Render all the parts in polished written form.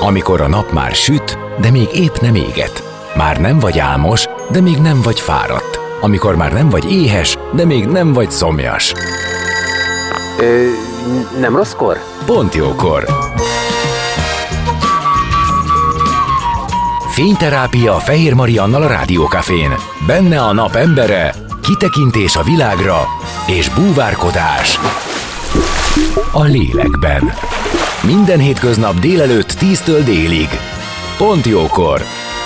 Amikor a nap már süt, de még épp nem éget. Már nem vagy álmos, de még nem vagy fáradt. Amikor már nem vagy éhes, de még nem vagy szomjas. Nem rosszkor? Pont jókor. Fényterápia Fehér Mariannal a Rádiókafén. Benne a nap embere, kitekintés a világra és búvárkodás a lélekben. Minden hétköznap délelőtt 10-től délig. Pont jókor.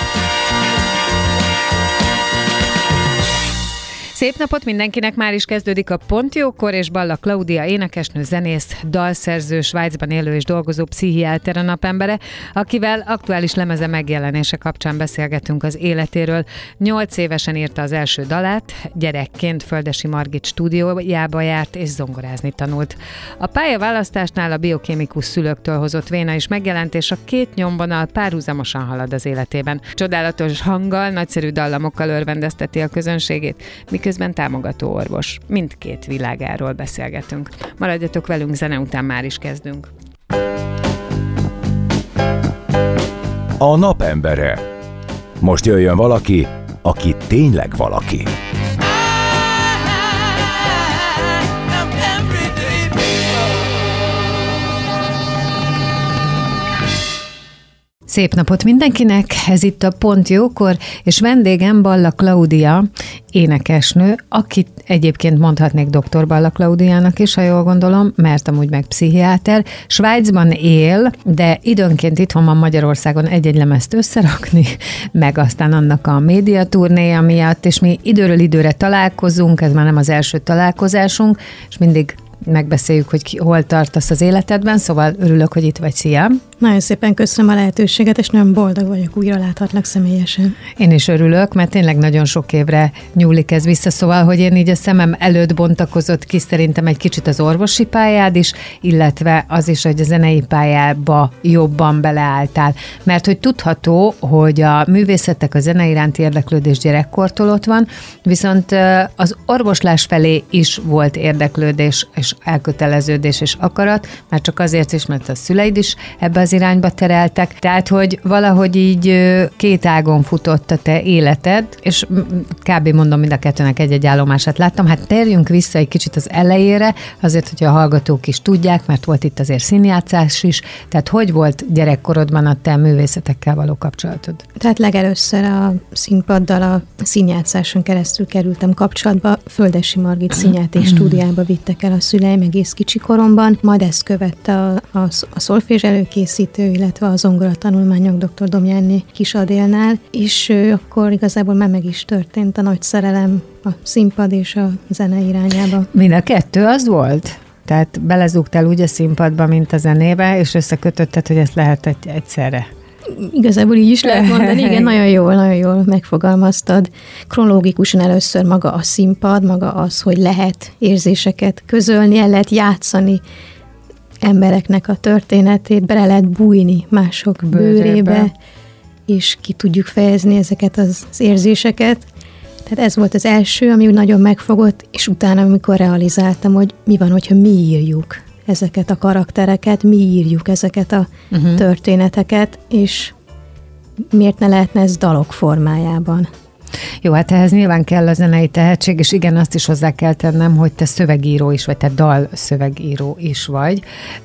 Szép napot mindenkinek, már is kezdődik a Pont Jókor, és Balla Klaudia énekesnő, zenész, dalszerző, Svájcban élő és dolgozó pszichiáter a napembere, akivel aktuális lemeze megjelenése kapcsán beszélgetünk az életéről. 8 évesen írta az első dalát, gyerekként Földesi Margit stúdiójába járt és zongorázni tanult. A pályaválasztásnál a biokémikus szülőktől hozott véna is megjelent, és a két nyomvonal párhuzamosan halad az életében. Csodálatos hanggal, nagyszerű dallamokkal örvendezteti a közönségét, miközben támogató orvos. Mindkét világáról beszélgetünk. Maradjatok velünk, zene után már is kezdünk. A napembere. Most jöjjön valaki, aki tényleg valaki. Szép napot mindenkinek, ez itt a Pont Jókor, és vendégem Balla Klaudia, énekesnő, akit egyébként mondhatnék Dr. Balla Klaudiának is, ha jól gondolom, mert amúgy meg pszichiáter. Svájcban él, de időnként itthon van Magyarországon egy-egy lemezt összerakni, meg aztán annak a médiaturnéja miatt, és mi időről időre találkozunk, ez már nem az első találkozásunk, és mindig megbeszéljük, hogy hol tartasz az életedben, szóval örülök, hogy itt vagy. Szia! Nagyon szépen köszönöm a lehetőséget, és nagyon boldog vagyok, újra láthatlak személyesen. Én is örülök, mert tényleg nagyon sok évre nyúlik ez vissza, szóval, hogy én így a szemem előtt bontakozott ki szerintem egy kicsit az orvosi pályád is, illetve az is, hogy a zenei pályába jobban beleálltál. Mert hogy tudható, hogy a művészetek, a zene iránti érdeklődés gyerekkortól ott van, viszont az orvoslás felé is volt érdeklődés, és elköteleződés és akarat, már csak azért is, mert a szüleid is ebbe az irányba tereltek, tehát, hogy valahogy így két ágon futott a te életed, és kb. Mondom, mind a kettőnek egy-egy állomását láttam. Hát térjünk vissza egy kicsit az elejére, azért, hogy a hallgatók is tudják, mert volt itt azért színjátszás is, tehát hogy volt gyerekkorodban a te művészetekkel való kapcsolatod? Tehát legelőször a színpaddal, a színjátszáson keresztül kerültem kapcsolatba, Földesi Margit színjáték stúdiába vittek el a szüleim egész kicsi koromban, majd ezt követte a szolfés előkészítő, illetve a zongora-tanulmányok dr. Domjánné Kis Adélnál, és akkor igazából már meg is történt a nagy szerelem a színpad és a zene irányába. Mind a kettő az volt? Tehát belezúgtál úgy a színpadba, mint a zenébe, és összekötötted, hogy ezt lehet egyszerre? Igazából így is lehet mondani, igen, nagyon jól megfogalmaztad. Kronológikusan először maga a színpad, maga az, hogy lehet érzéseket közölni, el lehet játszani embereknek a történetét, bele lehet bújni mások bőrébe, és ki tudjuk fejezni ezeket az érzéseket. Tehát ez volt az első, ami úgy nagyon megfogott, és utána, amikor realizáltam, hogy mi van, hogyha mi írjuk ezeket a karaktereket, mi írjuk ezeket a történeteket, és miért ne lehetne ez dalok formájában. Jó, hát ehhez nyilván kell a zenei tehetség, és igen, azt is hozzá kell tennem, hogy te szövegíró is vagy, te dalszövegíró is vagy.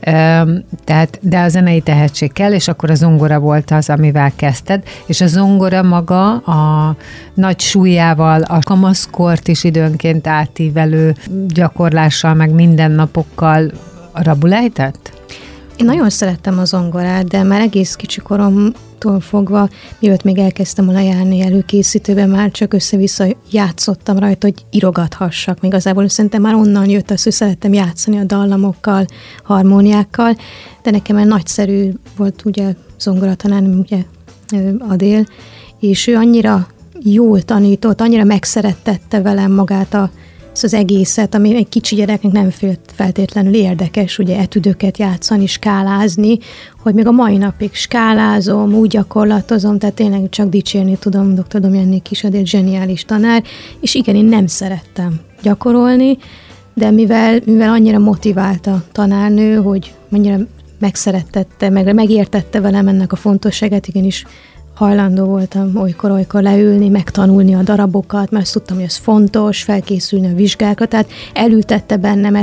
De a zenei tehetség kell, és akkor a zongora volt az, amivel kezdted, és a zongora maga a nagy súlyával, a kamaszkort is időnként átívelő gyakorlással, meg mindennapokkal rabulejtett? Én nagyon szerettem a zongorát, de már egész kicsi koromtól fogva, mielőtt még elkezdtem volna járni előkészítőben, már csak össze-vissza játszottam rajta, hogy írogathassak. Még igazából szerintem már onnan jött az, hogy szerettem játszani a dallamokkal, harmóniákkal, de nekem egy nagyszerű volt ugye zongoratanárnőm, ugye Adél, és ő annyira jól tanított, annyira megszerettette velem magát az egészet, ami egy kicsi gyereknek nem feltétlenül érdekes, ugye etüdöket játszani, skálázni, hogy még a mai napig skálázom, úgy gyakorlatozom, tehát tényleg csak dicsérni tudom dr. Domjánné Kis Adél, zseniális tanár, és igen, én nem szerettem gyakorolni, de mivel annyira motivált a tanárnő, hogy annyira megszerettette, megértette velem ennek a fontosságát, igenis hajlandó voltam olykor leülni, megtanulni a darabokat, mert azt tudtam, hogy ez fontos, felkészülni a vizsgákra, tehát elültette bennem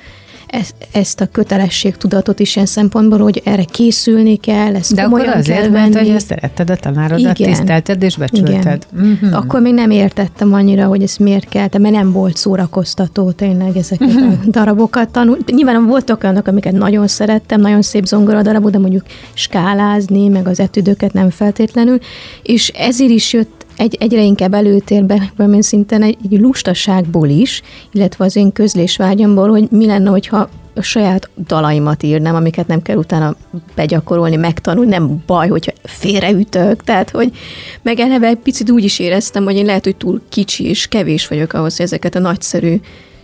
ezt a kötelességtudatot is ilyen szempontból, hogy erre készülni kell, ezt de komolyan akkor azért, kell venni. Mert hogy szeretted a tanárodat, tisztelted és becsülted. Mm-hmm. Akkor még nem értettem annyira, hogy ezt miért kell, mert nem volt szórakoztató tényleg ezeket a darabokat tanulni. Nyilván voltak olyanok, amiket nagyon szerettem, nagyon szép zongoradarabok, de mondjuk skálázni, meg az etüdöket nem feltétlenül, és ezért is jött egyre inkább előtérbe, valamilyen szinten egy lustaságból is, illetve az én közlésvágyamból, hogy mi lenne, hogyha a saját dalaimat írnám, amiket nem kell utána begyakorolni, megtanulni, nem baj, hogyha félreütök, tehát, hogy meg eleve egy picit úgy is éreztem, hogy én lehet, hogy túl kicsi és kevés vagyok ahhoz, hogy ezeket a nagyszerű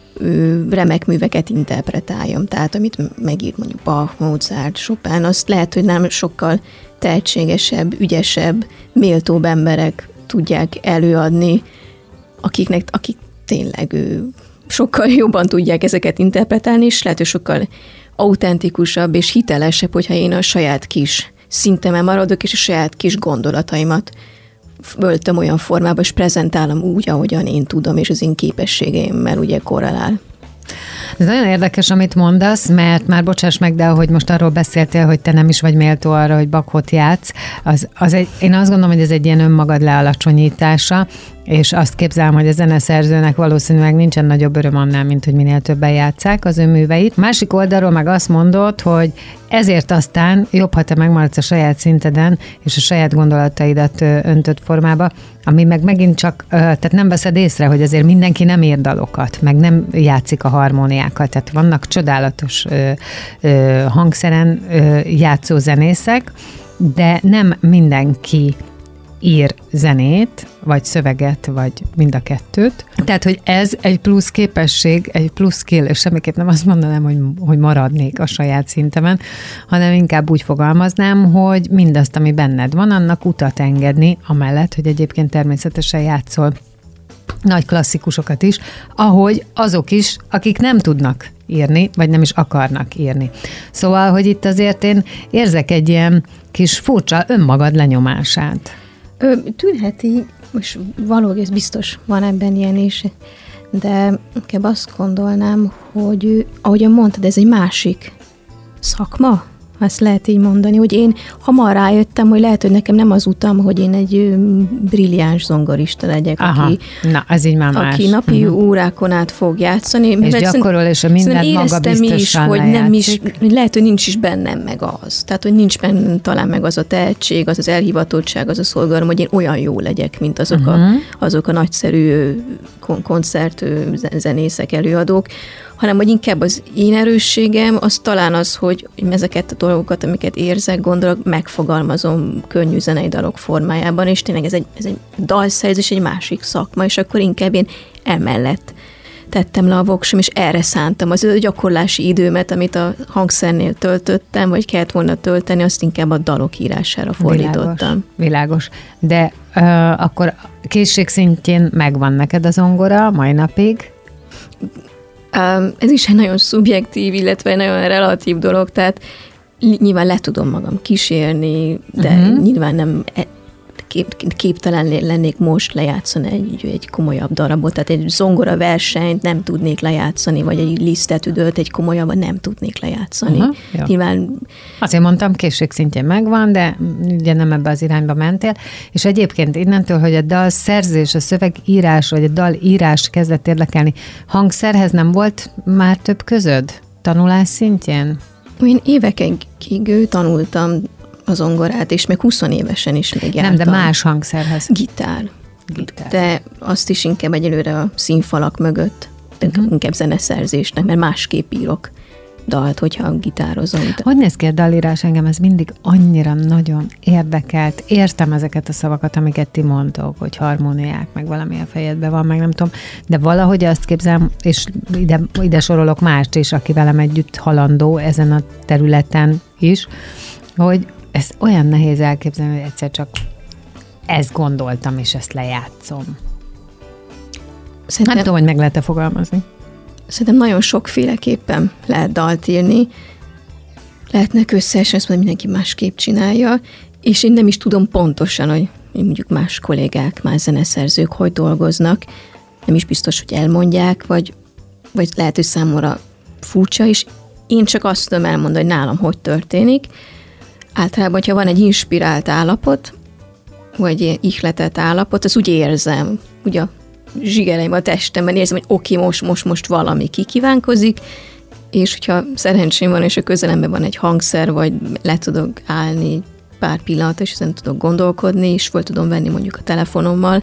remek műveket interpretáljam. Tehát, amit megírt mondjuk Bach, Mozart, Chopin, azt lehet, hogy nem sokkal tehetségesebb, ügyesebb, méltóbb emberek tudják előadni, akik tényleg sokkal jobban tudják ezeket interpretálni, és lehet, hogy sokkal autentikusabb és hitelesebb, hogyha én a saját kis szintemen maradok, és a saját kis gondolataimat öltöm olyan formában, és prezentálom úgy, ahogyan én tudom, és az én képességeimmel ugye korrelál. Ez nagyon érdekes, amit mondasz, mert már bocsáss meg, de ahogy most arról beszéltél, hogy te nem is vagy méltó arra, hogy Bachot játsz, én azt gondolom, hogy ez egy ilyen önmagad lealacsonyítása, és azt képzelem, hogy a zeneszerzőnek valószínűleg nincsen nagyobb öröm annál, mint hogy minél többen játsszák az ő műveit. Másik oldalról meg azt mondod, hogy ezért aztán jobb, ha te megmaradsz a saját szinteden, és a saját gondolataidat öntött formába, ami meg megint csak, tehát nem veszed észre, hogy azért mindenki nem ír dalokat, meg nem játszik a harmóniákat, tehát vannak csodálatos hangszeren játszó zenészek, de nem mindenki ír zenét, vagy szöveget, vagy mind a kettőt. Tehát, hogy ez egy plusz képesség, egy plusz skill, és semmiképp nem azt mondanám, hogy maradnék a saját szintemen, hanem inkább úgy fogalmaznám, hogy mindazt, ami benned van, annak utat engedni, amellett, hogy egyébként természetesen játszol nagy klasszikusokat is, ahogy azok is, akik nem tudnak írni, vagy nem is akarnak írni. Szóval, hogy itt azért én érzek egy ilyen kis furcsa önmagad lenyomását. Tűnheti, most valóban ez biztos van ebben ilyen is, de inkább azt gondolnám, hogy ahogyan mondtad, ez egy másik szakma, azt lehet így mondani, hogy én hamar rájöttem, hogy lehet, hogy nekem nem az utam, hogy én egy brilliáns zongorista legyek, aki napi órákon át fog játszani. És gyakorol, és a mindent maga biztosan hogy nem is, lehet, hogy nincs is bennem meg az. Tehát, hogy nincs bennem talán meg az a tehetség, az elhivatottság, az a szolgalom, hogy én olyan jó legyek, mint azok a nagyszerű koncertzenészek, előadók, hanem hogy inkább az én erősségem, az talán az, hogy ezeket a dolgokat, amiket érzek, gondolok, megfogalmazom könnyű zenei dalok formájában, és tényleg ez egy dalszerzés, egy másik szakma, és akkor inkább én emellett tettem le a voksom, és erre szántam. Az gyakorlási időmet, amit a hangszernél töltöttem, vagy kellett volna tölteni, azt inkább a dalok írására fordítottam. Világos. De akkor készség szintjén megvan neked a zongora mai napig? Ez is egy nagyon szubjektív, illetve nagyon relatív dolog, tehát nyilván le tudom magam kísérni, de nyilván nem képtelen lennék most lejátszani egy komolyabb darabot, tehát egy zongora versenyt nem tudnék lejátszani, vagy egy lisztetüdőt egy komolyabban nem tudnék lejátszani. Nyilván... Azért mondtam, készség szintjén megvan, de ugye nem ebbe az irányba mentél, és egyébként innentől, hogy a dal szerzés, a szövegírás, vagy a dalírás kezdett érdekelni, hangszerhez nem volt már több közöd tanulás szintjén? Én évekig tanultam a zongorát, és még 20 évesen is még jártam. Nem, de más hangszerhez. Gitár. De azt is inkább egyelőre a színfalak mögött, de inkább zeneszerzésnek, mert másképp írok dalt, hogyha gitározom. Hogy néz ki a dalírás? Engem ez mindig annyira nagyon érdekelt. Értem ezeket a szavakat, amiket ti mondtok, hogy harmóniák, meg valami a fejedben van, meg nem tudom, de valahogy azt képzelem, és ide sorolok mást is, aki velem együtt halandó ezen a területen is, hogy ezt olyan nehéz elképzelni, hogy egyszer csak ezt gondoltam, és ezt lejátszom. Nem tudom, hogy meg lehet-e fogalmazni. Szerintem nagyon sokféleképpen lehet dalt írni. lehetnek összeesni, ezt majd mindenki másképp csinálja, és én nem is tudom pontosan, hogy mondjuk más kollégák, más zeneszerzők hogy dolgoznak, nem is biztos, hogy elmondják, vagy lehet, hogy számomra furcsa is. Én csak azt tudom elmondani, hogy nálam hogy történik. Általában, hogyha van egy inspirált állapot, vagy ihletett állapot, az úgy érzem, ugye a zsigereim, a testemben érzem, hogy oké, most valami kikívánkozik, és hogyha szerencsém van, és a közelemben van egy hangszer, vagy le tudok állni pár pillanat, és ezen tudok gondolkodni, és fel tudom venni mondjuk a telefonommal,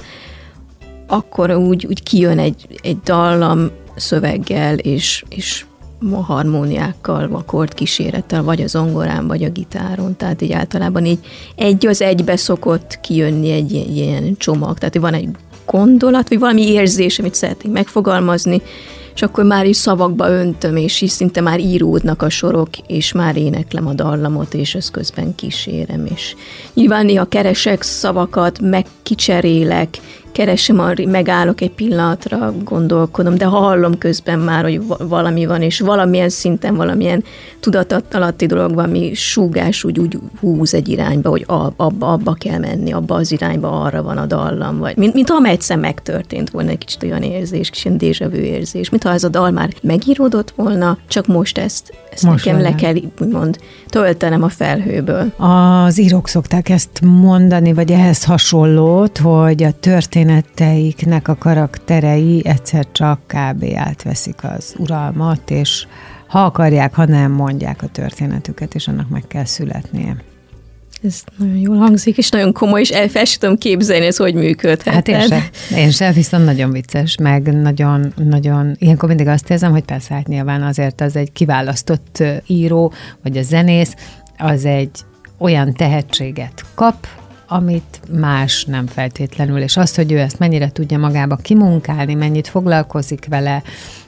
akkor úgy kijön egy dallam szöveggel, és a harmóniákkal, akkordkísérettel, vagy a zongorán, vagy a gitáron. Tehát így általában így egy az egybe szokott kijönni egy ilyen csomag. Tehát van egy gondolat, vagy valami érzés, amit szeretnék megfogalmazni, és akkor már is szavakba öntöm, és így szinte már íródnak a sorok, és már éneklem a dallamot, és ezt közben kísérem. És nyilván néha keresek szavakat, megkicserélek, megállok egy pillanatra, gondolkodom, de hallom közben már, hogy valami van, és valamilyen szinten, valamilyen tudatalatti dolog van, ami súgás úgy húz egy irányba, hogy abba kell menni, abba az irányba, arra van a dallam, vagy mintha egyszer megtörtént volna, egy kicsit olyan érzés, kicsit ilyen déjà vu érzés, mintha ez a dal már megíródott volna, csak most ezt most nekem le kell, úgymond, töltenem a felhőből. Az írók szokták ezt mondani, vagy ehhez hasonlót, hogy a történeteiknek a karakterei egyszer csak kb. Átveszik az uralmat, és ha akarják, ha nem, mondják a történetüket, és annak meg kell születnie. Ez nagyon jól hangzik, és nagyon komoly, és el sem tudom képzelni, ez hogy működhet. Hát én sem, viszont nagyon vicces, meg nagyon, ilyenkor mindig azt érzem, hogy persze hát nyilván azért az egy kiválasztott író, vagy a zenész, az egy olyan tehetséget kap, amit más nem feltétlenül, és azt, hogy ő ezt mennyire tudja magába kimunkálni, mennyit foglalkozik vele,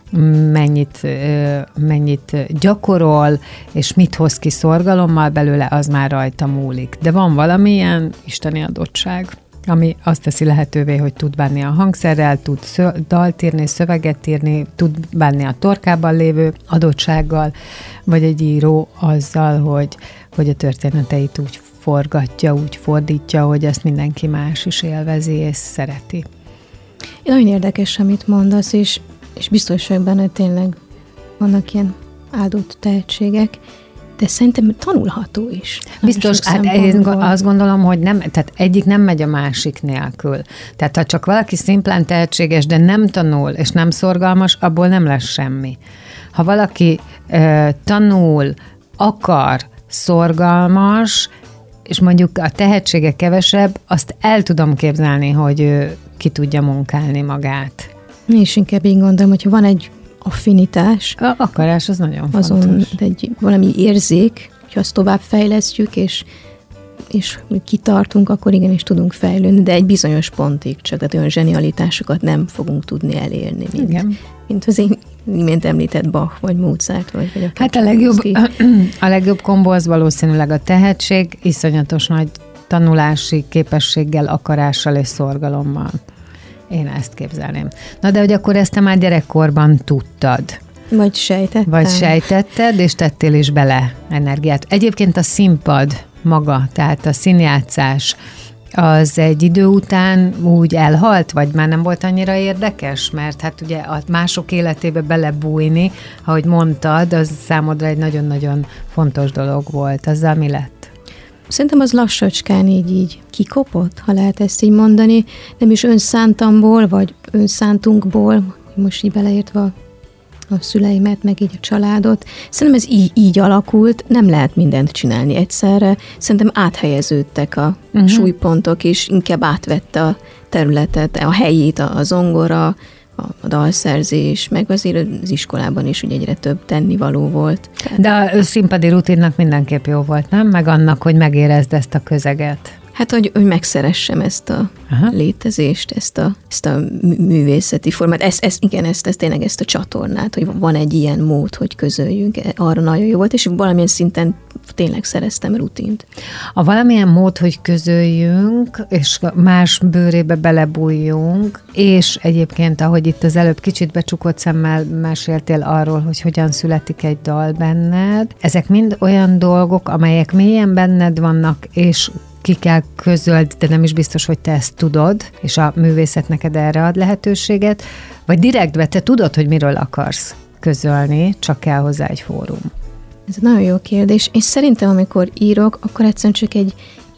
mennyit gyakorol, és mit hoz ki szorgalommal belőle, az már rajta múlik. De van valamilyen isteni adottság, ami azt teszi lehetővé, hogy tud bánni a hangszerrel, tud dalt írni, szöveget írni, tud bánni a torkában lévő adottsággal, vagy egy író azzal, hogy a történeteit úgy forgatja, úgy fordítja, hogy ezt mindenki más is élvezi és szereti. Nagyon érdekes, amit mondasz, és biztos vagyok benne, hogy tényleg vannak ilyen áldott tehetségek, de szerintem tanulható is. Biztos, hát én azt gondolom, hogy nem, tehát egyik nem megy a másik nélkül. Tehát ha csak valaki szimplán tehetséges, de nem tanul, és nem szorgalmas, abból nem lesz semmi. Ha valaki tanul, akar, szorgalmas, és mondjuk a tehetsége kevesebb, azt el tudom képzelni, hogy ő ki tudja munkálni magát. Mi is inkább így gondolom, hogyha van egy affinitás. A akarás az nagyon fontos. Azon valami érzék, hogy azt tovább fejlesztjük, és kitartunk, akkor igenis tudunk fejlődni, de egy bizonyos pontig csak, tehát olyan zsenialitásokat nem fogunk tudni elérni, mint az én imént említett Bach, vagy Mozart, vagy hát a legjobb kombó az valószínűleg a tehetség, iszonyatos nagy tanulási képességgel, akarással és szorgalommal. Én ezt képzelném. Na de hogy akkor ezt te már gyerekkorban tudtad. Vagy sejtetted, és tettél is bele energiát. Egyébként a színpad maga, tehát a színjátszás, az egy idő után úgy elhalt, vagy már nem volt annyira érdekes? Mert hát ugye a mások életébe belebújni, ahogy mondtad, az számodra egy nagyon-nagyon fontos dolog volt. Azzal mi lett? Szerintem az lassacskán így kikopott, ha lehet ezt így mondani. Nem is önszántamból, vagy önszántunkból, most így beleértve a szüleimet, meg így a családot. Szerintem ez így alakult, nem lehet mindent csinálni egyszerre. Szerintem áthelyeződtek a súlypontok, és inkább átvette a területet, a helyét, a zongora, a dalszerzés, meg azért az iskolában is ugye egyre több tennivaló volt. De a színpadi rutinnak mindenképp jó volt, nem? Meg annak, hogy megérezd ezt a közeget. Hát, hogy megszeressem ezt a létezést, ezt a művészeti formát, ezt tényleg ezt a csatornát, hogy van egy ilyen mód, hogy közöljünk, arra nagyon jó volt, és valamilyen szinten tényleg szereztem rutint. A valamilyen mód, hogy közöljünk, és más bőrébe belebújjunk, és egyébként, ahogy itt az előbb kicsit becsukott szemmel meséltél arról, hogy hogyan születik egy dal benned, ezek mind olyan dolgok, amelyek mélyen benned vannak, és ki kell közöld, de nem is biztos, hogy te ezt tudod, és a művészet neked erre ad lehetőséget, vagy direktbe te tudod, hogy miről akarsz közölni, csak kell hozzá egy fórum. Ez egy nagyon jó kérdés, és szerintem, amikor írok, akkor egyszerűen csak egy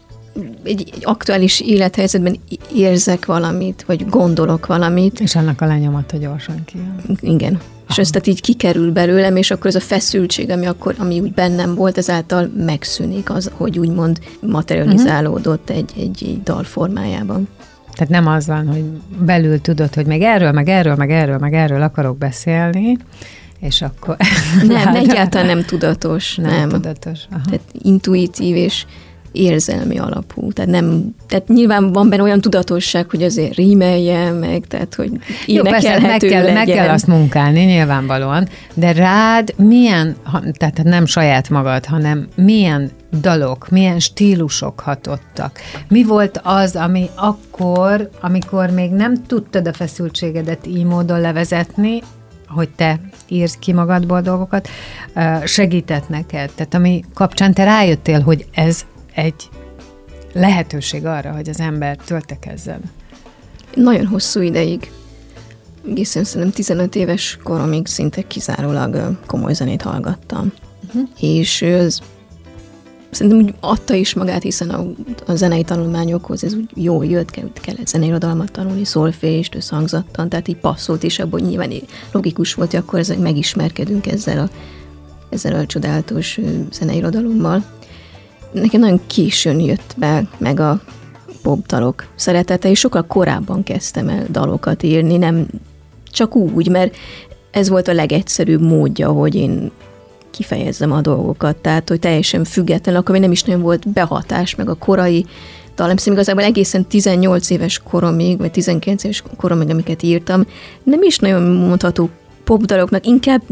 aktuális élethelyzetben érzek valamit, vagy gondolok valamit. És annak a lenyomata gyorsan kijön. Igen. És ezt tehát így kikerül belőlem, és akkor ez a feszültség, ami úgy bennem volt, ezáltal megszűnik az, hogy úgymond materializálódott egy dal formájában. Tehát nem az van, hogy belül tudod, hogy meg erről akarok beszélni, és akkor... Nem, egyáltalán nem tudatos. Nem tudatos. Aha. Tehát intuitív és érzelmi alapú. Tehát nyilván van benne olyan tudatosság, hogy azért rímeljen meg, tehát hogy énekelhető legyen. Meg kell azt munkálni, nyilvánvalóan, de rád milyen, tehát nem saját magad, hanem milyen dalok, milyen stílusok hatottak? Mi volt az, ami akkor, amikor még nem tudtad a feszültségedet így módon levezetni, hogy te írd ki magadból dolgokat, segített neked? Tehát ami kapcsán te rájöttél, hogy ez egy lehetőség arra, hogy az ember töltekezzen. Nagyon hosszú ideig, egészen szerintem 15 éves koromig szinte kizárólag komoly zenét hallgattam. És szerintem úgy adta is magát, hiszen a zenei tanulmányokhoz ez úgy jól jött, kellett zeneirodalmat tanulni, szolfést, összhangzattan, tehát így passzolt is abban, nyilván logikus volt, hogy akkor megismerkedünk ezzel a csodálatos zeneirodalommal. Nekem nagyon későn jött be meg a popdalok szeretete, és sokkal korábban kezdtem el dalokat írni, nem csak úgy, mert ez volt a legegyszerűbb módja, hogy én kifejezzem a dolgokat, tehát, hogy teljesen független, akkor még nem is nagyon volt behatás, meg a korai dallam. Szerintem igazából egészen 18 éves koromig, vagy 19 éves koromig, amiket írtam, nem is nagyon mondható popdaloknak, inkább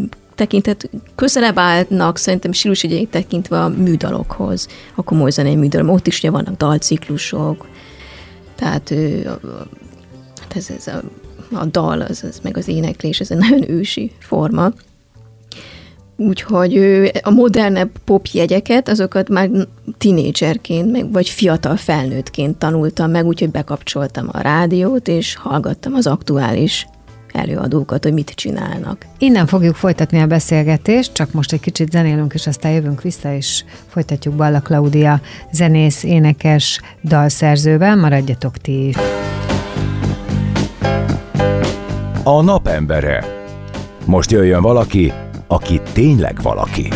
közelebb állnak szerintem stílusügyeit tekintve a műdalokhoz, a komoly zenei műdalom. Ott is ugye vannak dalciklusok, tehát ez a dal, az meg az éneklés, ez egy nagyon ősi forma. Úgyhogy a modernebb popjegyeket, azokat már tinédzserként, vagy fiatal felnőttként tanultam meg, úgyhogy bekapcsoltam a rádiót, és hallgattam az aktuális előadókat, hogy mit csinálnak. Innen fogjuk folytatni a beszélgetést, csak most egy kicsit zenélünk, és aztán jövünk vissza, és folytatjuk Balla Klaudia zenész, énekes, dalszerzővel. Maradjatok ti is. A napembere. Most jöjjön valaki, aki tényleg valaki.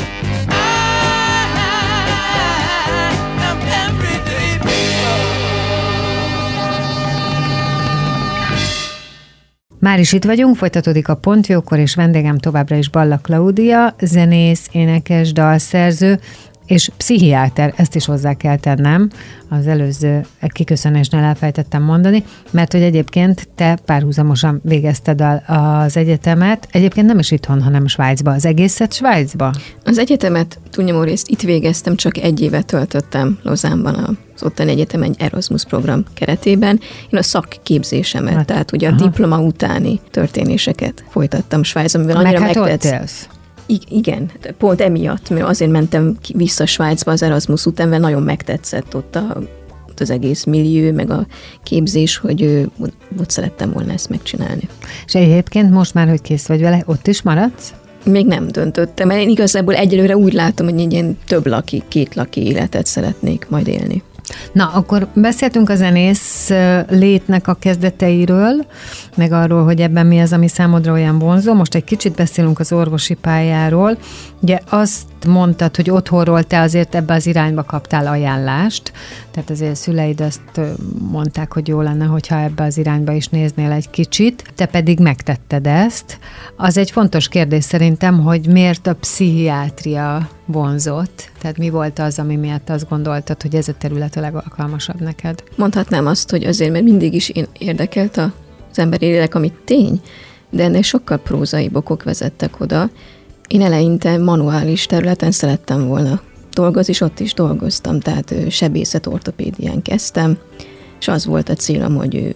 Már is itt vagyunk, folytatódik a Pontjókor, és vendégem továbbra is Balla Klaudia, zenész, énekes, dalszerző, és pszichiáter, ezt is hozzá kell tennem, az előző kiköszönésnél elfejtettem mondani, mert hogy egyébként te párhuzamosan végezted az egyetemet, egyébként nem is itthon, hanem Svájcba. Az egészet Svájcba? Az egyetemet túlnyomó részt itt végeztem, csak 1 évet töltöttem Lausanne-ban az ottani egyetem egy Erasmus program keretében. Én a szakképzésemet, tehát ugye a diploma utáni történéseket folytattam Svájcban, mivel annyira megtetsz. Igen, pont emiatt, mert azért mentem vissza Svájcba az Erasmus után, mert nagyon megtetszett ott az egész millió, meg a képzés, hogy ott szerettem volna ezt megcsinálni. És egyébként most már, hogy kész vagy vele, ott is maradsz? Még nem döntöttem, mert én igazából egyelőre úgy látom, hogy egy ilyen két laki életet szeretnék majd élni. Na, akkor beszéltünk a zenész létnek a kezdeteiről, meg arról, hogy ebben mi az, ami számodra olyan vonzó. Most egy kicsit beszélünk az orvosi pályáról, Ugye azt mondtad, hogy otthonról te azért ebbe az irányba kaptál ajánlást, tehát azért szüleid azt mondták, hogy jó lenne, hogyha ebbe az irányba is néznél egy kicsit, te pedig megtetted ezt. Az egy fontos kérdés szerintem, hogy miért a pszichiátria vonzott, tehát mi volt az, ami miatt azt gondoltad, hogy ez a terület a legalkalmasabb neked? Mondhatnám azt, hogy azért, mert mindig is érdekelt az emberi lélek, ami tény, de ennek sokkal prózaibb okok vezettek oda. Én eleinte manuális területen szerettem volna dolgozni, és ott is dolgoztam, tehát sebészet, ortopédián kezdtem, és az volt a célom, hogy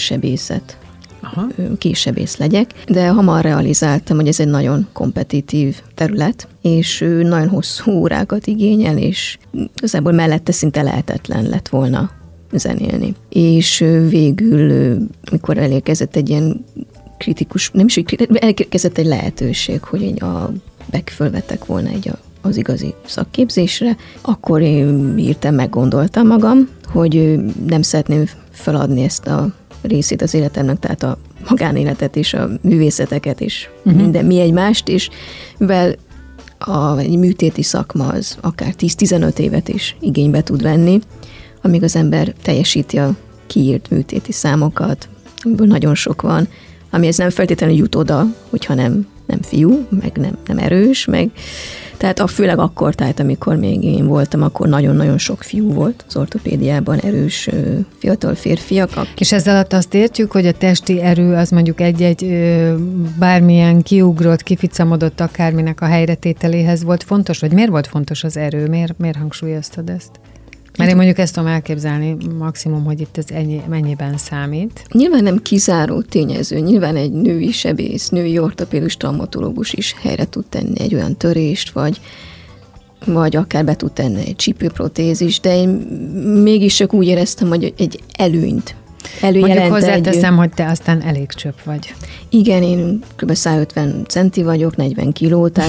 késsebész legyek, de hamar realizáltam, hogy ez egy nagyon kompetitív terület, és nagyon hosszú órákat igényel, és igazából mellette szinte lehetetlen lett volna zenélni. És végül, mikor elérkezett egy ilyen kritikus, nem is elérkezett egy lehetőség, hogy fölvettek volna az igazi szakképzésre, akkor én hirtelen meggondoltam magam, hogy nem szeretném feladni ezt a részét az életemnek, tehát a magánéletet és a művészeteket és minden mi egymást, és mivel egy műtéti szakma az akár 10-15 évet is igénybe tud venni, amíg az ember teljesíti a kiírt műtéti számokat, amiből nagyon sok van, amihez nem feltétlenül jut oda, hogyha nem fiú, meg nem erős, meg tehát főleg akkor, tehát amikor még én voltam, akkor nagyon-nagyon sok fiú volt az ortopédiában, erős fiatal férfiak. És ezzel alatt azt értjük, hogy a testi erő az mondjuk egy bármilyen kiugrott, kificamodott akárminek a helyretételéhez volt fontos, vagy miért volt fontos az erő? Miért hangsúlyoztad ezt? Mert én mondjuk ezt tudom elképzelni maximum, hogy itt ez mennyiben számít. Nyilván nem kizáró tényező, nyilván egy női sebész, női ortopédus, traumatológus is helyre tud tenni egy olyan törést, vagy akár be tud tenni egy csípőprotézis, de én mégis csak úgy éreztem, hogy egy előnyt. Mondjuk hozzáteszem, hogy te aztán elég csöpp vagy. Igen, én kb. 150 centi vagyok, 40 kiló, tehát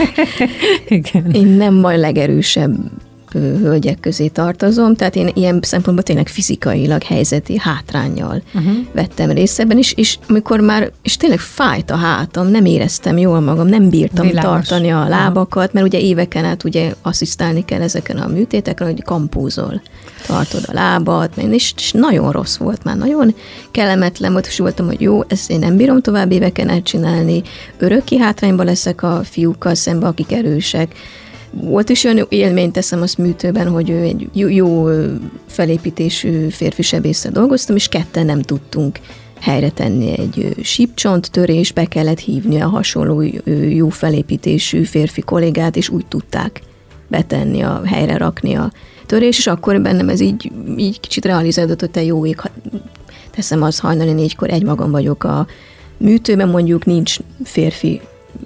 én nem majd legerősebb hölgyek közé tartozom, tehát én ilyen szempontból tényleg fizikailag helyzeti hátránnyal vettem részt ebben, és amikor már, és tényleg fájt a hátam, nem éreztem jól magam, nem bírtam tartani a lábakat, mert ugye éveken át ugye asszisztálni kell ezeken a műtéteken, hogy kampózol, tartod a lábat, és nagyon rossz volt már, nagyon kellemetlen volt, és voltam, hogy jó, ezt én nem bírom tovább éveken át csinálni, örökké hátrányba leszek a fiúkkal szemben, akik erősek. Volt is olyan élményt, teszem azt műtőben, hogy egy jó felépítésű férfi sebésszel dolgoztam, és ketten nem tudtunk helyre tenni egy sípcsonttörés, be kellett hívni a hasonló jó felépítésű férfi kollégát, és úgy tudták betenni, helyre rakni a törés, és akkor bennem ez így kicsit realizálódott, hogy te jó ég, teszem azt hajnali 4-kor egymagam vagyok a műtőben, mondjuk nincs férfi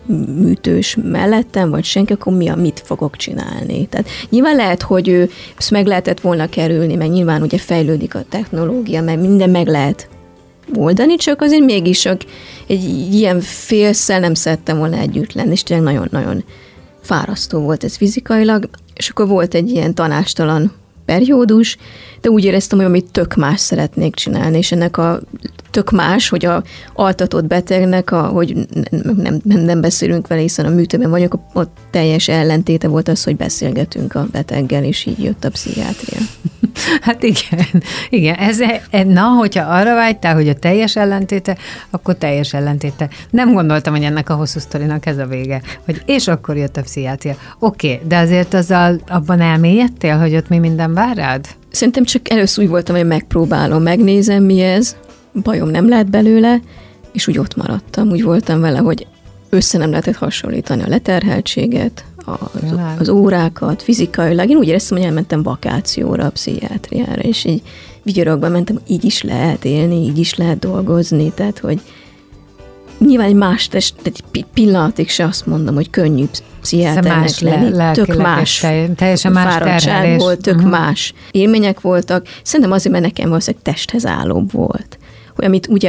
műtős mellettem, vagy senki, akkor mit fogok csinálni? Tehát nyilván lehet, hogy ezt meg lehetett volna kerülni, meg nyilván ugye fejlődik a technológia, mert minden meg lehet oldani, csak azért mégis csak egy ilyen félszel nem szerettem volna együtt lenni, és tényleg nagyon-nagyon fárasztó volt ez fizikailag, és akkor volt egy ilyen tanástalan periódus, de úgy éreztem, hogy amit tök más szeretnék csinálni, és ennek a tök más, hogy a altatott betegnek, hogy nem beszélünk vele, hiszen a műtőben vagyok, ott teljes ellentéte volt az, hogy beszélgetünk a beteggel, és így jött a pszichiátria. Hát igen. Na, hogyha arra vágytál, hogy a teljes ellentéte, akkor teljes ellentéte. Nem gondoltam, hogy ennek a hosszú sztorinak ez a vége, hogy és akkor jött a pszichiátria. Oké, de azért azzal abban elmélyedtél, hogy ott mi minden vár rád? Szerintem csak először úgy voltam, hogy megpróbálom, megnézem, mi ez, bajom nem lett belőle, és úgy ott maradtam. Úgy voltam vele, hogy össze nem lehetett hasonlítani a leterheltséget, az órákat, fizikailag. Én úgy éreztem, hogy elmentem vakációra a pszichiátriára, és így vigyorogban mentem, így is lehet élni, így is lehet dolgozni, tehát, hogy nyilván egy más test, egy pillanatig se azt mondom, hogy könnyű pszichiáternek lenni, tök más teljesen más fáradtság volt, tök más élmények voltak. Szerintem azért, mert nekem valószínűleg testhez állóbb volt. Hogy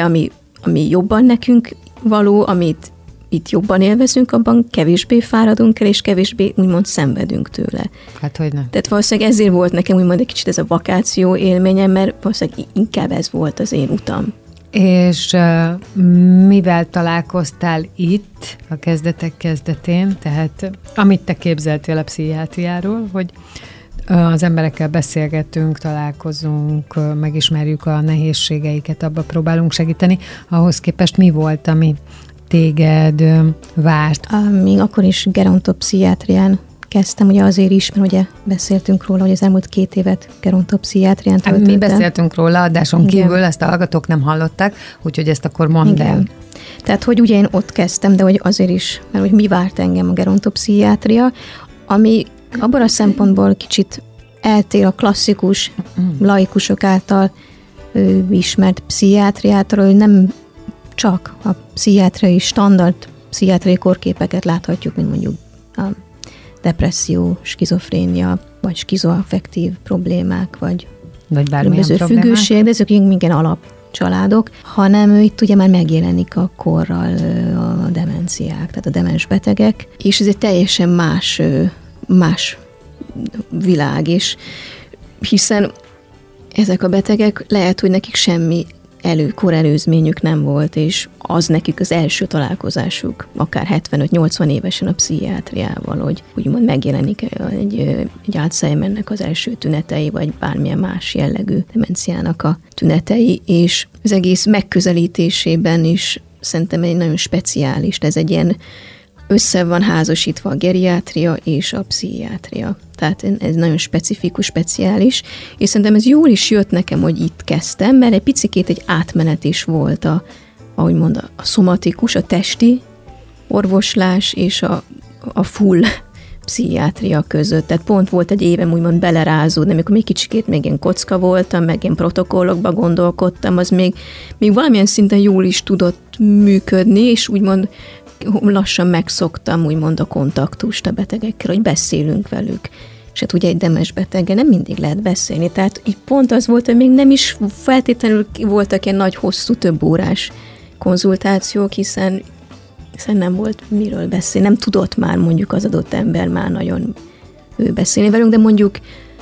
ami jobban nekünk való, amit itt jobban élvezünk, abban kevésbé fáradunk el, és kevésbé úgymond szenvedünk tőle. Hát hogy nem. Tehát valószínűleg ezért volt nekem úgymond egy kicsit ez a vakáció élményem, mert valószínűleg inkább ez volt az én utam. És mivel találkoztál itt a kezdetek kezdetén, tehát amit te képzeltél a pszichiátriáról, hogy az emberekkel beszélgetünk, találkozunk, megismerjük a nehézségeiket, abba próbálunk segíteni, ahhoz képest mi volt, ami téged várt? Még akkor is gerontopszichiátrián kezdtem, ugye azért is, mert ugye beszéltünk róla, hogy az elmúlt 2 évet gerontopszichiátrián töltöttem. Mi beszéltünk róla adáson kívül, ezt a hallgatók nem hallották, úgyhogy ezt akkor mondd el. Tehát, hogy ugye én ott kezdtem, de hogy azért is, mert hogy mi várt engem a gerontopszichiátria, ami abban a szempontból kicsit eltér a klasszikus, laikusok által ismert pszichiátriától, hogy nem csak a pszichiátriai standard pszichiátriai kórképeket láthatjuk, mint mondjuk a depresszió, skizofrénia, vagy skizoaffektív problémák, vagy különböző függőség, de ezek minden alapcsaládok, hanem itt ugye már megjelenik a korral a demenciák, tehát a demens betegek, és ez egy teljesen más világ, és hiszen ezek a betegek lehet, hogy nekik semmi korelőzményük nem volt, és az nekik az első találkozásuk, akár 75-80 évesen a pszichiátriával, hogy úgymond megjelenik egy Alzheimernek az első tünetei, vagy bármilyen más jellegű demenciának a tünetei, és az egész megközelítésében is szerintem egy nagyon speciális, ez egy ilyen össze van házasítva a geriátria és a pszichiátria. Tehát ez nagyon specifikus, speciális, és szerintem ez jól is jött nekem, hogy itt kezdtem, mert egy picikét egy átmenet is volt ahogy mond, a szomatikus, a testi orvoslás és a full pszichiátria között. Tehát pont volt egy évem úgymond belerázódni, amikor még kicsikét még ilyen kocka voltam, meg ilyen protokollokba gondolkodtam, az még valamilyen szinten jól is tudott működni, és úgymond lassan megszoktam úgymond a kontaktust a betegekkel, hogy beszélünk velük. És hát ugye egy demens beteggel nem mindig lehet beszélni, tehát így pont az volt, hogy még nem is feltétlenül voltak ilyen nagy, hosszú, több órás konzultációk, hiszen nem volt miről beszélni, nem tudott már mondjuk az adott ember már nagyon beszélni velünk, de mondjuk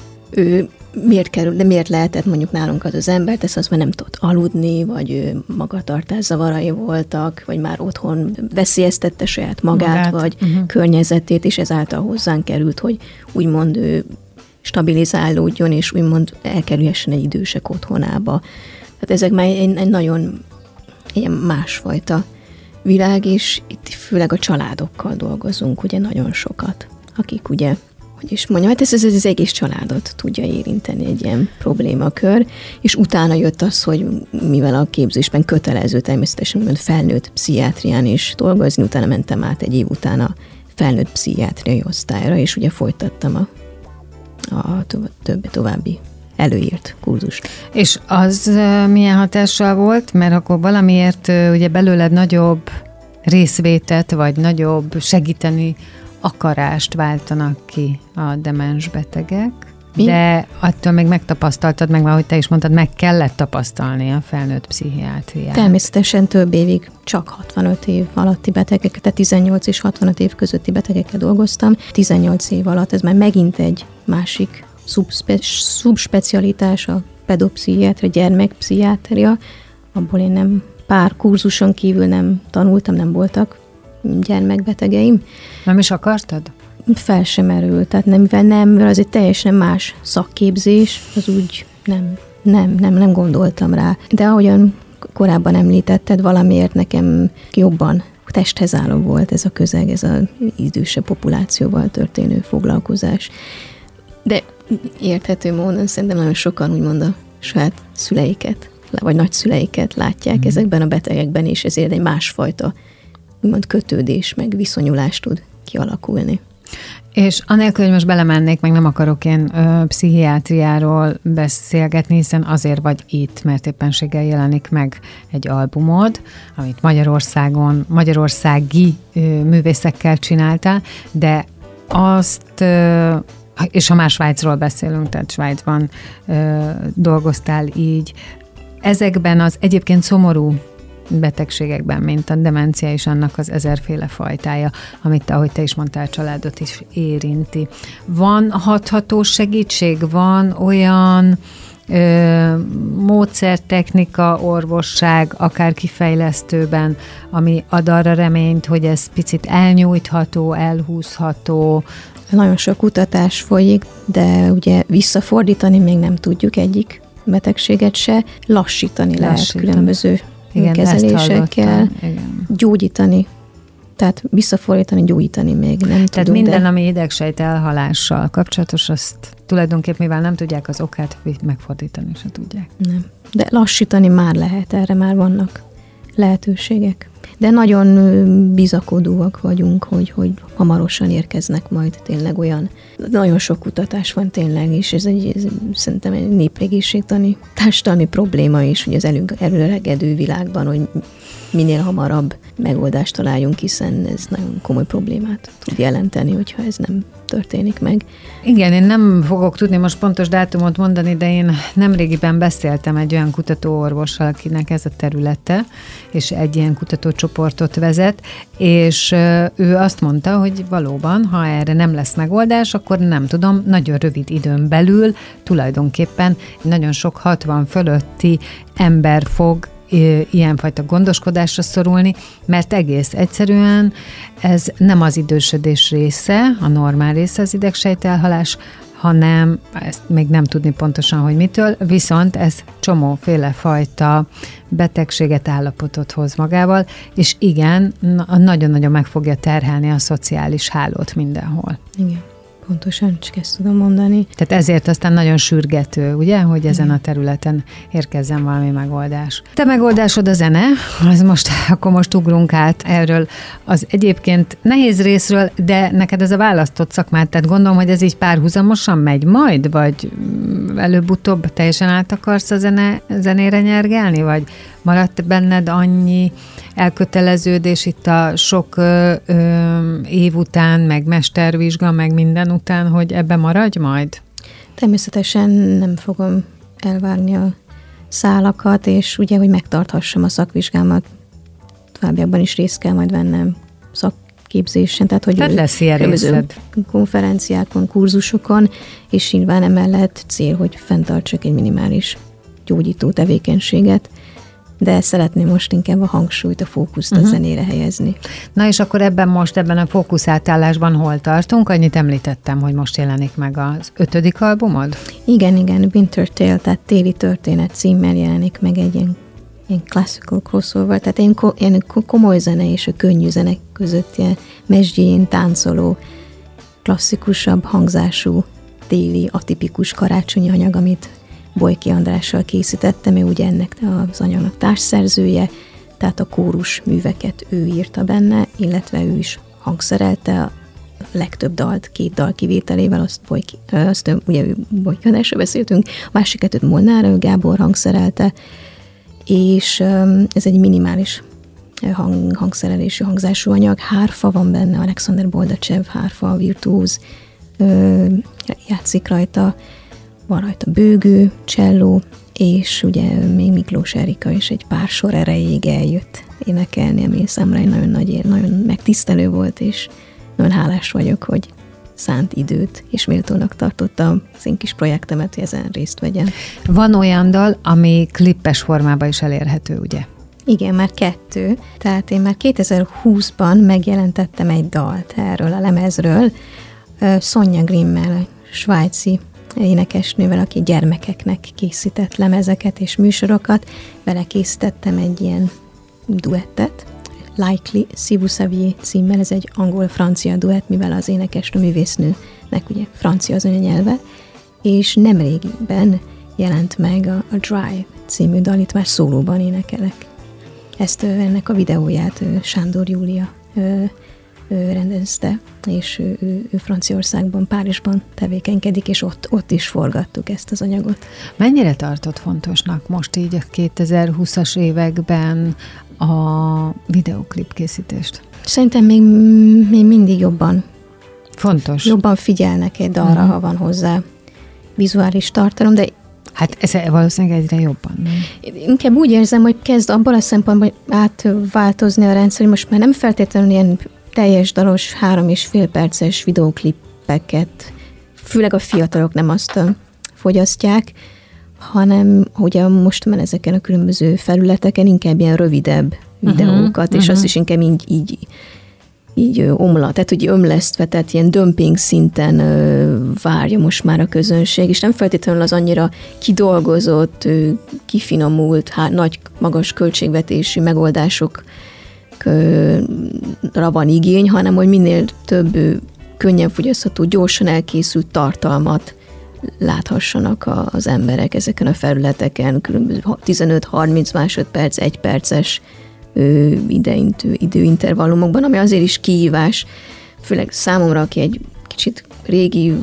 miért lehetett mondjuk nálunk az ember, tesz azt, mert nem tudott aludni, vagy magatartás zavarai voltak, vagy már otthon veszélyeztette saját magát. Vagy környezetét, és ezáltal hozzánk került, hogy úgymond ő stabilizálódjon, és úgymond elkerülhessen egy idősek otthonába. Tehát ezek már egy nagyon ilyen másfajta világ, és itt főleg a családokkal dolgozunk, ugye nagyon sokat, akik ugye és mondjam, hát ez az egész családot tudja érinteni egy ilyen problémakör, és utána jött az, hogy mivel a képzésben kötelező természetesen felnőtt pszichiátrián is dolgozni, utána mentem át egy év után a felnőtt pszichiátriai osztályra, és ugye folytattam a további előírt kurzust. És az milyen hatással volt? Mert akkor valamiért ugye belőled nagyobb részvétet, vagy nagyobb segíteni akarást váltanak ki a demens betegek, de attól még megtapasztaltad meg, ahogy te is mondtad, meg kellett tapasztalni a felnőtt pszichiátriát. Természetesen több évig csak 65 év alatti betegek, tehát 18 és 65 év közötti betegekkel dolgoztam. 18 év alatt ez már megint egy másik szubspecialitás, a pedopszichiátria, gyermekpszichiátria, abból én nem pár kurzuson kívül nem tanultam, nem voltak gyermekbetegeim. Nem is akartad? Fel sem merült, tehát nem, az egy teljesen más szakképzés, az úgy nem gondoltam rá. De ahogyan korábban említetted, valamiért nekem jobban testhez álló volt ez a közeg, ez az idősebb populációval történő foglalkozás. De érthető módon szerintem nagyon sokan úgymond a saját szüleiket, vagy nagyszüleiket látják ezekben a betegekben, és ezért egy másfajta úgymond kötődés, meg viszonyulás tud kialakulni. És anélkül, hogy most belemennék, meg nem akarok én pszichiátriáról beszélgetni, hiszen azért vagy itt, mert éppenséggel jelenik meg egy albumod, amit magyarországi művészekkel csináltál, de azt, és ha már Svájcról beszélünk, tehát Svájcban dolgoztál így, ezekben az egyébként szomorú betegségekben, mint a demencia és annak az ezerféle fajtája, amit, ahogy te is mondtál, családot is érinti. Van hatható segítség? Van olyan módszertechnika, orvosság, akár kifejlesztőben, ami ad arra reményt, hogy ez picit elnyújtható, elhúzható. Nagyon sok kutatás folyik, de ugye visszafordítani még nem tudjuk egyik betegséget se, lassítani lehet különböző kezelésekkel, gyógyítani. Tehát visszafordítani, gyógyítani még nem tudunk. Tehát minden, ami idegsejt elhalással kapcsolatos, azt tulajdonképpen, mivel nem tudják az okát, megfordítani se tudják. Nem. De lassítani már lehet, erre már vannak lehetőségek. De nagyon bizakodóak vagyunk, hogy hamarosan érkeznek majd tényleg olyan. Nagyon sok kutatás van tényleg, és ez szerintem egy népegészségtani társadalmi probléma is, hogy az előregedő világban, hogy minél hamarabb megoldást találjunk, hiszen ez nagyon komoly problémát tud jelenteni, hogyha ez nem történik meg. Igen, én nem fogok tudni most pontos dátumot mondani, de én nemrégiben beszéltem egy olyan kutatóorvossal, akinek ez a területe, és egy ilyen kutatócsoportot vezet, és ő azt mondta, hogy valóban, ha erre nem lesz megoldás, akkor nem tudom, nagyon rövid időn belül tulajdonképpen nagyon sok 60 fölötti ember fog ilyenfajta gondoskodásra szorulni, mert egész egyszerűen ez nem az idősödés része, a normál része az idegsejtelhalás, hanem ezt még nem tudni pontosan, hogy mitől, viszont ez csomóféle fajta betegséget, állapotot hoz magával, és igen, nagyon-nagyon meg fogja terhelni a szociális hálót mindenhol. Igen. Pontosan, csak ezt tudom mondani. Tehát ezért aztán nagyon sürgető, ugye, hogy ezen a területen érkezzen valami megoldás. Te megoldásod a zene, akkor most ugrunk át erről az egyébként nehéz részről, de neked ez a választott szakmád, tehát gondolom, hogy ez így párhuzamosan megy majd, vagy előbb-utóbb teljesen át akarsz a zenére nyergelni, vagy maradt benned annyi elköteleződés itt a sok év után, meg mestervizsga, meg minden után, hogy ebbe maradj majd? Természetesen nem fogom elvágni a szálakat, és ugye, hogy megtarthassam a szakvizsgámat, továbbiakban is részt kell majd vennem szakképzésen, tehát hogy lesz ilyen részed. Konferenciákon, kurzusokon, és nyilván emellett cél, hogy fenntartsak egy minimális gyógyító tevékenységet, de szeretném most inkább a hangsúlyt, a fókuszt a zenére helyezni. Na és akkor ebben a fókuszátállásban hol tartunk? Annyit említettem, hogy most jelenik meg az 5. albumod? Igen, Winter Tale, tehát téli történet címmel jelenik meg egy ilyen classical crossover, tehát ilyen komoly zene és a könnyű zene között ilyen mesdjén táncoló, klasszikusabb hangzású, téli, atipikus karácsonyi anyag, amit Bojki Andrással készítettem, ő ugye ennek az anyagnak társszerzője, tehát a kórus műveket ő írta benne, illetve ő is hangszerelte a legtöbb dalt, 2 dal kivételével, azt ugye Bojki Andrással beszéltünk, a másik 2 Molnár Gábor hangszerelte, és ez egy minimális hangszerelésű, hangzású anyag, hárfa van benne, Alexander Boldacsev hárfa, virtuóz játszik rajta, van rajta bőgő, cselló, és ugye még Miklós Erika is egy pár sor erejéig eljött énekelni, ami számomra egy nagyon megtisztelő volt, és nagyon hálás vagyok, hogy szánt időt, és méltónak tartottam az én kis projektemet, hogy ezen részt vegyen. Van olyan dal, ami klippes formában is elérhető, ugye? Igen, már 2. Tehát én már 2020-ban megjelentettem egy dalt erről a lemezről, Sonja Grimmel, svájci énekesnővel, aki gyermekeknek készített lemezeket és műsorokat. Vele készítettem egy ilyen duettet, Likely Si vous saviez címmel, ez egy angol-francia duett, mivel az énekesnő művésznőnek ugye francia az anyanyelve, és nemrégiben jelent meg a Drive című dal, itt már szólóban énekelek. Ennek a videóját Sándor Júlia rendezte, és ő Franciaországban, Párizsban tevékenykedik, és ott is forgattuk ezt az anyagot. Mennyire tartott fontosnak most így a 2020-as években a videóklip készítést? Szerintem még mindig jobban fontos. Jobban figyelnek egy dalra, ha van hozzá vizuális tartalom, de hát ez valószínűleg egyre jobban. Nem? Inkább úgy érzem, hogy kezd abban a szempontból átváltozni a rendszer, hogy most már nem feltétlenül ilyen teljes dalos 3,5 perces videóklipeket, főleg a fiatalok nem azt fogyasztják, hanem ugye most már ezeken a különböző felületeken inkább ilyen rövidebb videókat, és azt is inkább így omlat, tehát ugye ömlesztve, tehát ilyen dömping szinten várja most már a közönség, és nem feltétlenül az annyira kidolgozott, kifinomult, nagy, magas költségvetésű megoldásokra van igény, hanem hogy minél több könnyen fogyasztható, gyorsan elkészült tartalmat láthassanak az emberek ezeken a felületeken, különböző 15-30 másodperc, 1 perces időintervallumokban, ami azért is kihívás, főleg számomra, aki egy kicsit régi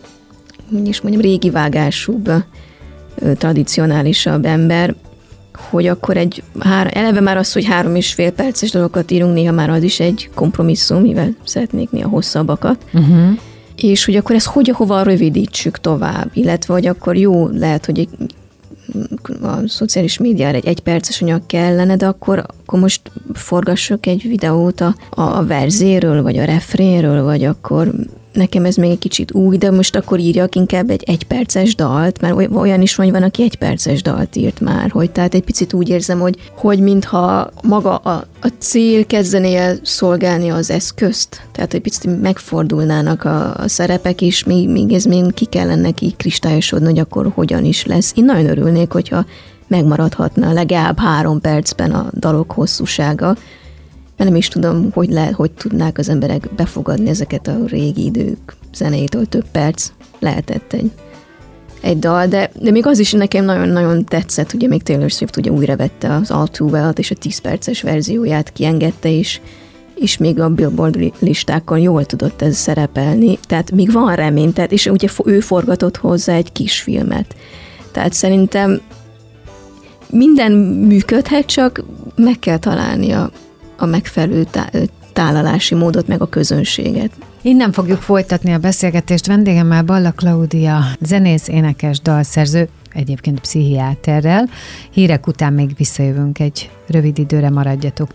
vágásúbb, tradicionálisabb ember, hogy akkor eleve már az, hogy 3,5 perces dolgokat írunk, néha már az is egy kompromisszum, mivel szeretnék néha hosszabbakat. És hogy akkor ezt hova rövidítsük tovább, illetve hogy akkor jó, lehet, hogy a szociális médiára egy perces anyag kellene, de akkor most forgassuk egy videót a verzéről, vagy a refrénről, vagy akkor nekem ez még egy kicsit új, de most akkor írjak inkább egy 1 perces dalt, mert olyan is van, aki 1 perces dalt írt már, hogy tehát egy picit úgy érzem, hogy mintha maga a cél kezdené el szolgálni az eszközt, tehát hogy picit megfordulnának a szerepek, és még ez még ki kellene neki kristályosodni, hogy akkor hogyan is lesz. Én nagyon örülnék, hogyha megmaradhatna legalább 3 percben a dalok hosszúsága, mert nem is tudom, hogy tudnák az emberek befogadni ezeket a régi idők zenétől. Több perc lehetett egy dal, de még az is nekem nagyon-nagyon tetszett, ugye még Taylor Swift ugye újra vette az All Too Well-t, és a 10 perces verzióját kiengedte, és még a Billboard listákon jól tudott ez szerepelni, tehát még van remény, tehát, és ugye ő forgatott hozzá egy kisfilmet. Tehát szerintem minden működhet, csak meg kell találni a megfelelő tálalási módot, meg a közönséget. Innen fogjuk folytatni a beszélgetést. Vendégemmel Balla Klaudia, zenész, énekes, dalszerző, egyébként pszichiáterrel. Hírek után még visszajövünk, egy rövid időre maradjatok.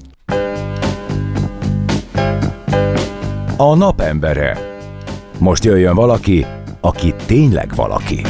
A napembere. Most jöjjön valaki, aki tényleg valaki.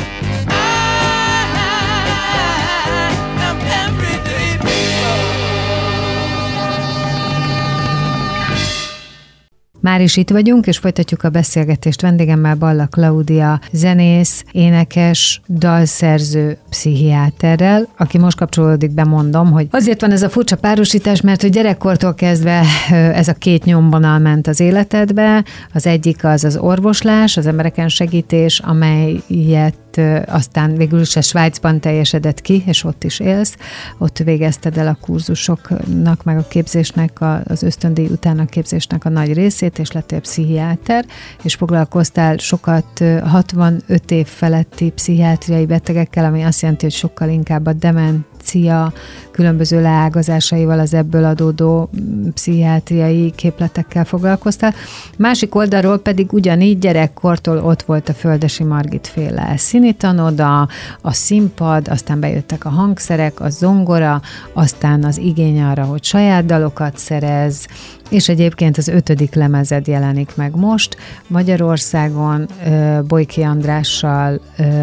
Már is itt vagyunk, és folytatjuk a beszélgetést vendégemmel, Balla Klaudia, zenész, énekes, dalszerző, pszichiáterrel, aki most kapcsolódik be, mondom, hogy azért van ez a furcsa párosítás, mert hogy gyerekkortól kezdve ez a 2 nyomvonal ment az életedbe. Az egyik az orvoslás, az embereken segítés, amelyet aztán végül is a Svájcban teljesedett ki, és ott is élsz. Ott végezted el a kurzusoknak, meg a képzésnek, az ösztöndíj után a képzésnek a nagy részét, és lettél pszichiáter, és foglalkoztál sokat 65 év feletti pszichiátriai betegekkel, ami azt jelenti, hogy sokkal inkább a demencia különböző leágazásaival, az ebből adódó pszichiátriai képletekkel foglalkoztál. Másik oldalról pedig ugyanígy gyerekkortól ott volt a Földesi Margit féle színitanoda, a színpad, aztán bejöttek a hangszerek, a zongora, aztán az igény arra, hogy saját dalokat szerez, és egyébként az 5. lemezed jelenik meg most Magyarországon, Bojki Andrással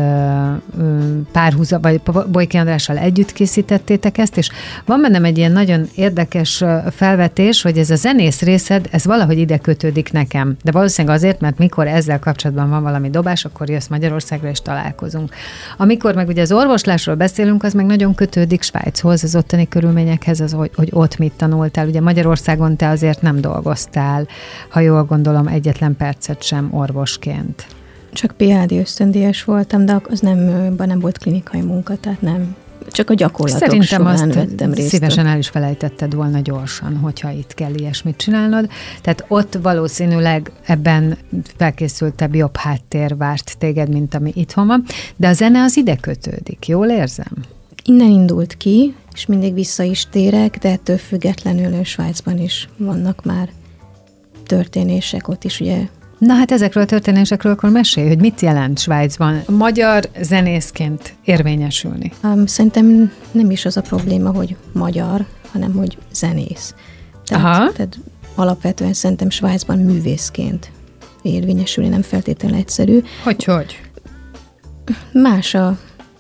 vagy Bojki Andrással együtt készítettétek ezt, és van bennem egy ilyen nagyon érdekes felvetés, hogy ez a zenész részed, ez valahogy ide kötődik nekem. De valószínűleg azért, mert mikor ezzel kapcsolatban van valami dobás, akkor jössz Magyarországra és találkozunk. Amikor meg ugye az orvoslásról beszélünk, az meg nagyon kötődik Svájchoz, az ottani körülményekhez, az, hogy ott mit tanultál. Ugye Magyarországon te azért nem dolgoztál, ha jól gondolom, egyetlen percet sem orvosként. Csak PhD ösztöndíjas voltam, de az nem volt klinikai munka, tehát nem. Csak a gyakorlatok Szerintem során vettem részt. Szívesen el is felejtetted volna gyorsan, hogyha itt kell ilyesmit csinálnod. Tehát ott valószínűleg ebben felkészültebb, jobb háttér várt téged, mint ami itthon van. De a zene az ide kötődik, jól érzem? Innen indult ki, és mindig vissza is térek, de ettől függetlenül Svájcban is vannak már történések, ott is ugye. Na hát ezekről a történésekről akkor mesélj, hogy mit jelent Svájcban magyar zenészként érvényesülni? Szerintem nem is az a probléma, hogy magyar, hanem hogy zenész. Tehát alapvetően szerintem Svájcban művészként érvényesülni nem feltétlenül egyszerű. Hogy? Más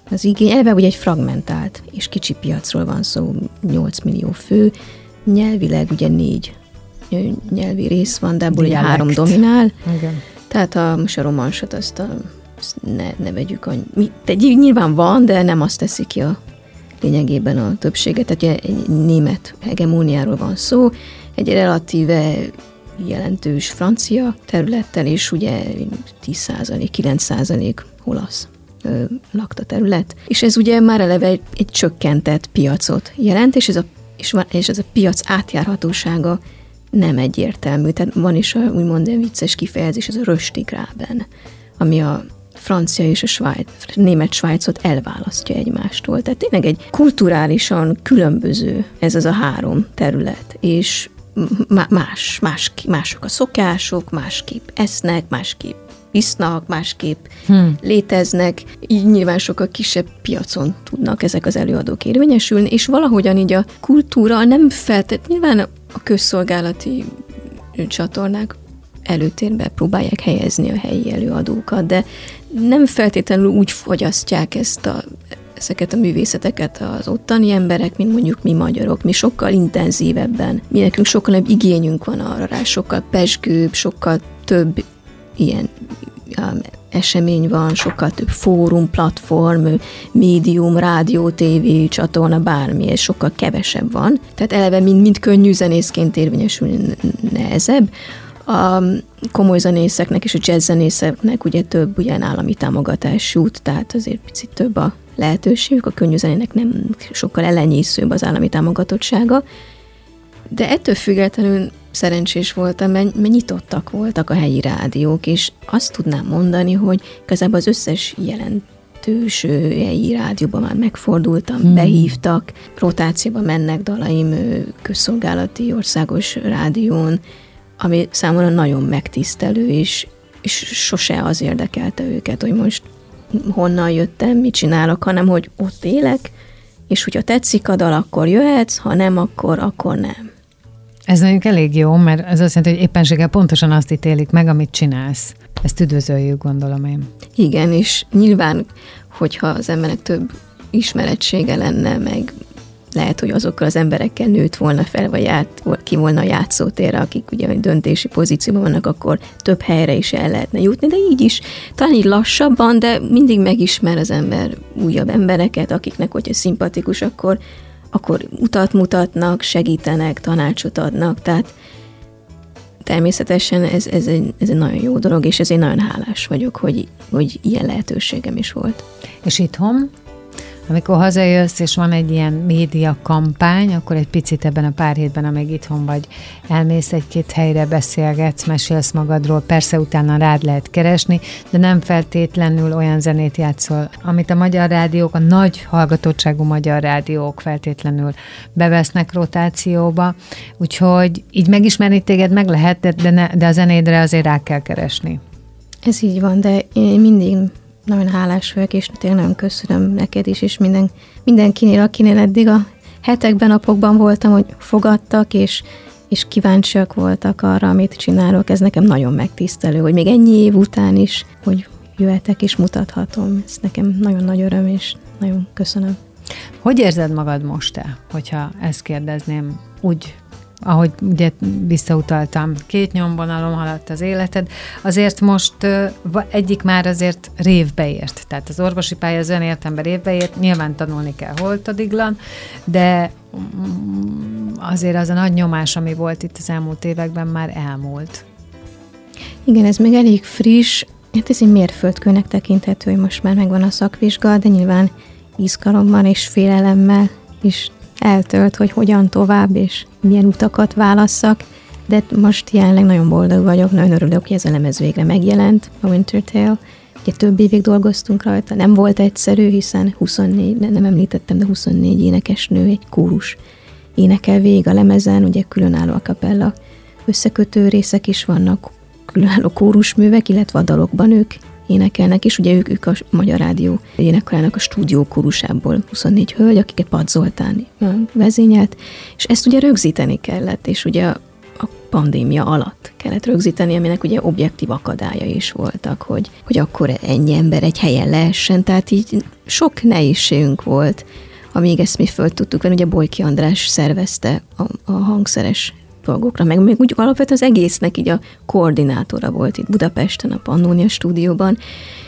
az igény. Eleve ugye egy fragmentált és kicsi piacról van szó, 8 millió fő, nyelvileg ugye 4 nyelvi rész van, de ebből ugye 3 dominál. Igen. Tehát most a romansot azt ne vegyük de nyilván van, de nem azt teszi ki a lényegében a többséget. Tehát egy német hegemóniáról van szó, egy relatíve jelentős francia területtel, és ugye 10%, 9% olasz lakta terület. És ez ugye már eleve egy csökkentett piacot jelent, és ez a piac átjárhatósága nem egyértelmű. Tehát van is úgymond egy vicces kifejezés, ez a Röstigraben, ami a francia és a német Svájcot elválasztja egymástól. Tehát tényleg egy kulturálisan különböző ez az a 3 terület, és mások a szokások, másképp esznek, másképp isznak, másképp léteznek, így nyilván sokkal kisebb piacon tudnak ezek az előadók érvényesülni, és valahogyan így a kultúra nem nyilván a közszolgálati csatornák előtérbe próbálják helyezni a helyi előadókat, de nem feltétlenül úgy fogyasztják ezeket a művészeteket az ottani emberek, mint mondjuk mi magyarok. Mi sokkal intenzívebben, mi nekünk sokkal nagyobb igényünk van arra rá, sokkal pezsgőbb, sokkal több ilyen esemény van, sokkal több fórum, platform, médium, rádió, tévé, csatorna, bármi, ez sokkal kevesebb van. Tehát eleve mind könnyű zenészként érvényesülni nehezebb. A komoly zenészeknek és a jazz zenészeknek ugye több ugyan állami támogatás jut, tehát azért picit több a lehetőségük, a könnyű zenének nem sokkal ellenyészőbb az állami támogatottsága, de ettől függetlenül szerencsés voltam, mert nyitottak voltak a helyi rádiók, és azt tudnám mondani, hogy igazából az összes jelentős helyi rádióban már megfordultam, behívtak, rotációba mennek dalaim közszolgálati országos rádión, ami számomra nagyon megtisztelő, és sose az érdekelte őket, hogy most honnan jöttem, mit csinálok, hanem hogy ott élek, és hogyha tetszik a dal, akkor jöhetsz, ha nem, akkor nem. Ez mondjuk elég jó, mert ez azt jelenti, hogy éppenséggel pontosan azt ítélik meg, amit csinálsz. Ezt üdvözöljük, gondolom én. Igen, és nyilván, hogyha az embernek több ismerettsége lenne, meg lehet, hogy azokkal az emberekkel nőtt volna fel, vagy ki volna a játszótérre, akik ugye döntési pozícióban vannak, akkor több helyre is el lehetne jutni, de így is, talán így lassabban, de mindig megismer az ember újabb embereket, akiknek, hogyha szimpatikus, akkor utat mutatnak, segítenek, tanácsot adnak, tehát természetesen ez egy nagyon jó dolog, és ezért nagyon hálás vagyok, hogy ilyen lehetőségem is volt. És itthon? Amikor hazajössz, és van egy ilyen média kampány, akkor egy picit ebben a pár hétben, amíg itthon vagy, elmész egy-két helyre, beszélgetsz, mesélsz magadról, persze utána rád lehet keresni, de nem feltétlenül olyan zenét játszol, amit a magyar rádiók, a nagy hallgatottságú magyar rádiók feltétlenül bevesznek rotációba, úgyhogy így megismerni téged meg lehet, de a zenédre azért rá kell keresni. Ez így van, de én mindig nagyon hálás vagyok, és tényleg nagyon köszönöm neked is, és mindenkinél, akinél eddig a hetekben, napokban voltam, hogy fogadtak, és kíváncsiak voltak arra, amit csinálok. Ez nekem nagyon megtisztelő, hogy még ennyi év után is, hogy jöhetek és mutathatom. Ez nekem nagyon nagy öröm, és nagyon köszönöm. Hogy érzed magad most te, hogyha ezt kérdezném úgy, ahogy ugye visszautaltam, 2 nyomvonalon haladt az életed, azért most egyik már azért révbe ért. Tehát az orvosi pálya az olyan értelemben révbe ért, nyilván tanulni kell holtadiglan, de azért az a nagy nyomás, ami volt itt az elmúlt években, már elmúlt. Igen, ez még elég friss, hát ez egy mérföldkőnek tekinthető, hogy most már megvan a szakvizsga, de nyilván izgalommal és félelemmel is eltölt, hogy hogyan tovább, és milyen utakat válasszak, de most jelenleg nagyon boldog vagyok, nagyon örülök, hogy ez a lemez végre megjelent, a Winter Tale. Ugye több évig dolgoztunk rajta, nem volt egyszerű, hiszen 24, nem említettem, de 24 énekesnő, egy kórus énekel végig a lemezen, ugye különálló a kapella összekötő részek is vannak, különálló kórusművek, illetve a dalokban ők énekelnek, és ugye ők a Magyar Rádió énekarának a stúdió kórusából 24 hölgy, akiket Pad Zoltán vezényelt, és ezt ugye rögzíteni kellett, és ugye a pandémia alatt kellett rögzíteni, aminek ugye objektív akadálya is voltak, hogy akkor ennyi ember egy helyen lehessen, tehát így sok nehézségünk volt, amíg ezt mi föl tudtuk venni, ugye Bojki András szervezte a hangszeres dolgokra, meg még úgy alapvetően az egésznek így a koordinátora volt itt Budapesten, a Pannónia stúdióban.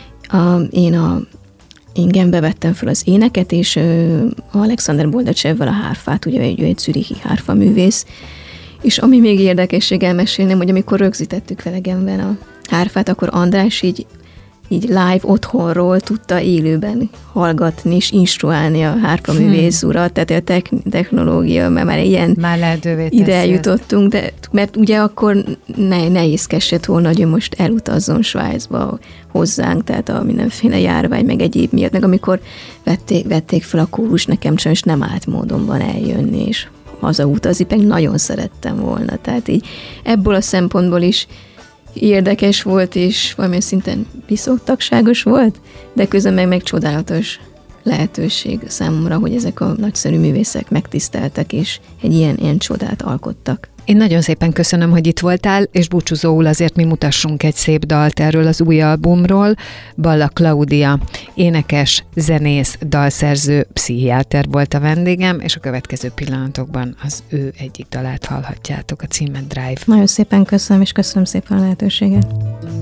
Én gembe vettem fel az éneket, és Alexander Boldacsevvel a hárfát, ugye egy zürichi hárfaművész, és ami még érdekesség elmesélném, hogy amikor rögzítettük vele Genben a hárfát, akkor András így live otthonról tudta élőben hallgatni és instruálni a hárfaművész urat, tehát a technológia, mert már ilyen ide eljutottunk, de mert ugye akkor nehézkes lett volna, hogy ő most elutazzon Svájcba hozzánk, tehát a mindenféle járvány, meg egyéb miatt, meg amikor vették fel a kórus, nekem sajnos nem állt módonban eljönni, és hazautazik, meg nagyon szerettem volna, tehát így ebből a szempontból is érdekes volt, és valamilyen szinten viszontagságos volt, de közben meg csodálatos lehetőség számomra, hogy ezek a nagyszerű művészek megtiszteltek, és egy ilyen csodát alkottak. Én nagyon szépen köszönöm, hogy itt voltál, és búcsúzóul azért mi mutassunk egy szép dalt erről az új albumról. Balla Klaudia, énekes, zenész, dalszerző, pszichiáter volt a vendégem, és a következő pillanatokban az ő egyik dalát hallhatjátok, a címe Drive. Nagyon szépen köszönöm, és köszönöm szépen a lehetőséget.